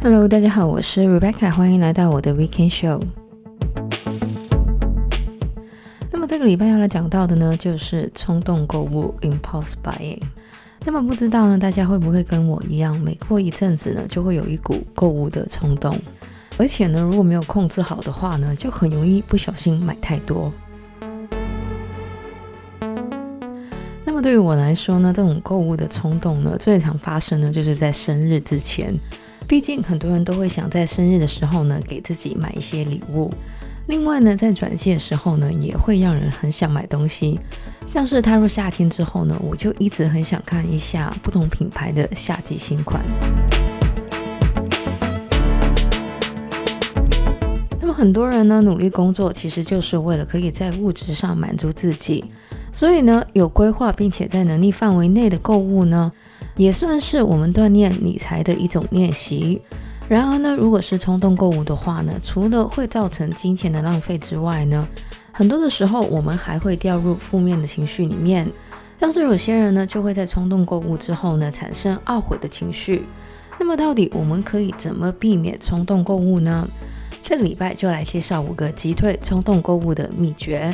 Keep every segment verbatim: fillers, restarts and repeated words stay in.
Hello， 大家好，我是 Rebecca， 欢迎来到我的 Weekend Show。那么这个礼拜要来讲到的呢，就是冲动购物 Impulse Buying。那么不知道呢，大家会不会跟我一样，每过一阵子呢，就会有一股购物的冲动，而且呢，如果没有控制好的话呢，就很容易不小心买太多。那么对于我来说呢，这种购物的冲动呢，最常发生呢，就是在生日之前。毕竟很多人都会想在生日的时候呢，给自己买一些礼物。另外呢，在转季的时候呢，也会让人很想买东西。像是踏入夏天之后呢，我就一直很想看一下不同品牌的夏季新款。那么很多人呢，努力工作其实就是为了可以在物质上满足自己。所以呢，有规划并且在能力范围内的购物呢，也算是我们锻炼理财的一种练习。然而呢，如果是冲动购物的话呢，除了会造成金钱的浪费之外呢，很多的时候我们还会掉入负面的情绪里面。像是有些人呢，就会在冲动购物之后呢，产生懊悔的情绪。那么到底我们可以怎么避免冲动购物呢？这个礼拜就来介绍五个击退冲动购物的秘诀。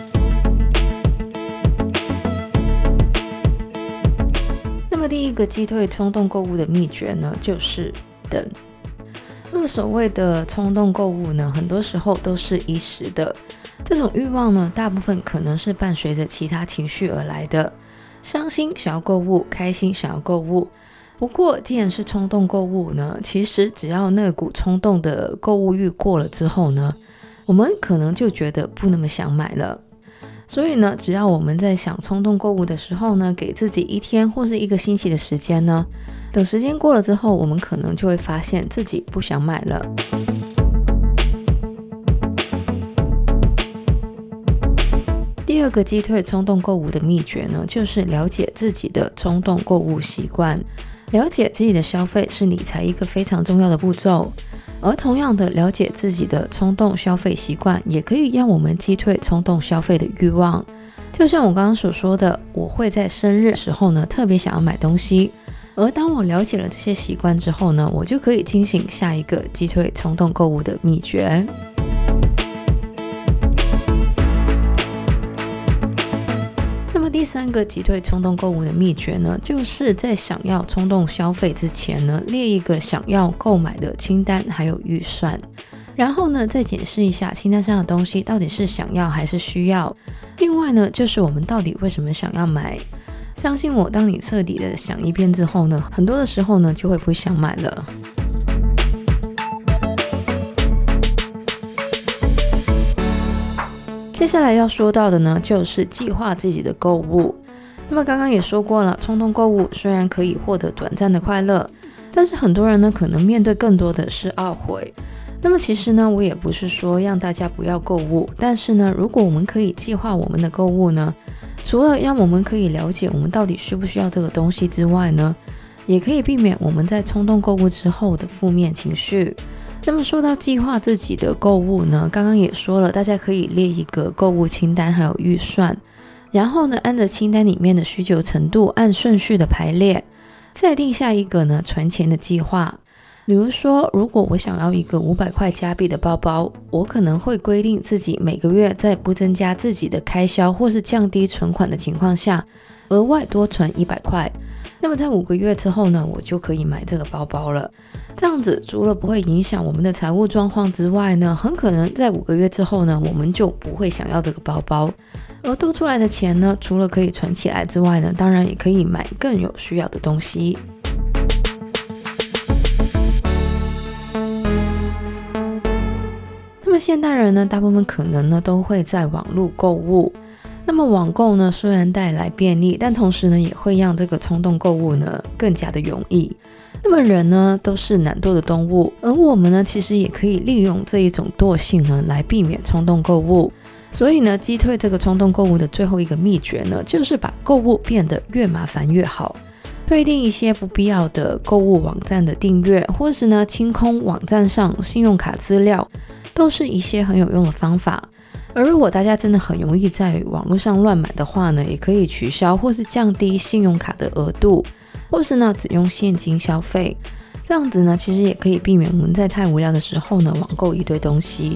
那么第一个击退冲动购物的秘诀呢，就是等。那么所谓的冲动购物呢，很多时候都是一时的。这种欲望呢，大部分可能是伴随着其他情绪而来的。伤心想要购物，开心想要购物。不过既然是冲动购物呢，其实只要那股冲动的购物欲过了之后呢，我们可能就觉得不那么想买了。所以呢，只要我们在想冲动购物的时候呢，给自己一天或是一个星期的时间呢，等时间过了之后，我们可能就会发现自己不想买了。第二个击退冲动购物的秘诀呢，就是了解自己的冲动购物习惯。了解自己的消费是理财一个非常重要的步骤。而同样的，了解自己的冲动消费习惯，也可以让我们击退冲动消费的欲望。就像我刚刚所说的，我会在生日的时候呢，特别想要买东西。而当我了解了这些习惯之后呢，我就可以进行下一个击退冲动购物的秘诀。那么第三个击退冲动购物的秘诀呢，就是在想要冲动消费之前呢，列一个想要购买的清单还有预算，然后呢再检视一下清单上的东西到底是想要还是需要。另外呢，就是我们到底为什么想要买。相信我，当你彻底的想一遍之后呢，很多的时候呢就会不想买了。接下来要说到的呢，就是计划自己的购物。那么刚刚也说过了，冲动购物虽然可以获得短暂的快乐，但是很多人呢可能面对更多的是懊悔。那么其实呢，我也不是说让大家不要购物，但是呢，如果我们可以计划我们的购物呢，除了让我们可以了解我们到底需不需要这个东西之外呢，也可以避免我们在冲动购物之后的负面情绪。那么说到计划自己的购物呢，刚刚也说了，大家可以列一个购物清单还有预算，然后呢，按着清单里面的需求程度按顺序的排列，再定下一个呢存钱的计划。比如说，如果我想要一个五百块加币的包包，我可能会规定自己每个月在不增加自己的开销或是降低存款的情况下，额外多存一百块。那么在五个月之后呢，我就可以买这个包包了。这样子除了不会影响我们的财务状况之外呢，很可能在五个月之后呢，我们就不会想要这个包包。而多出来的钱呢，除了可以存起来之外呢，当然也可以买更有需要的东西。那么现代人呢，大部分可能呢都会在网络购物。那么网购呢，虽然带来便利，但同时呢，也会让这个冲动购物呢更加的容易。那么人呢，都是懒惰的动物，而我们呢，其实也可以利用这一种惰性呢，来避免冲动购物。所以呢，击退这个冲动购物的最后一个秘诀呢，就是把购物变得越麻烦越好。退订一些不必要的购物网站的订阅，或是呢清空网站上信用卡资料，都是一些很有用的方法。而如果大家真的很容易在网络上乱买的话呢，也可以取消或是降低信用卡的额度，或是呢只用现金消费。 这样子呢，其实也可以避免我们在太无聊的时候呢，网购一堆东西。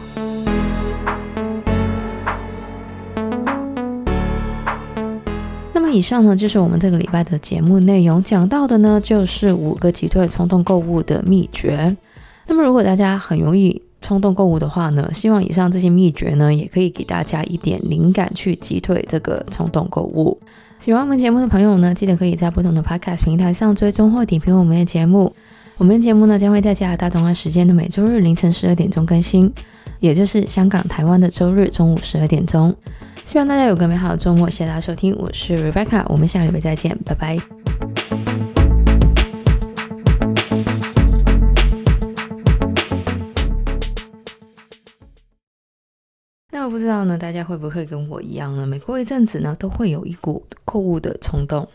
那么以上呢，就是我们这个礼拜的节目内容，讲到的呢，就是五个击退冲动购物的秘诀。那么如果大家很容易冲动购物的话呢，希望以上这些秘诀呢，也可以给大家一点灵感去击退这个冲动购物。喜欢我们节目的朋友呢，记得可以在不同的 podcast 平台上追踪或点评我们的节目。我们的节目呢，将会在加拿大东岸时间的每周日凌晨十二点钟更新，也就是香港、台湾的周日中午十二点钟。希望大家有个美好的周末，谢谢大家收听，我是 Rebecca， 我们下礼拜再见，拜拜。那我不知道呢，大家会不会跟我一样呢？每过一阵子呢，都会有一股购物的冲动。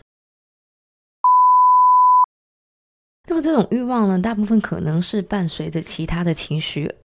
那么这种欲望呢，大部分可能是伴随着其他的情绪，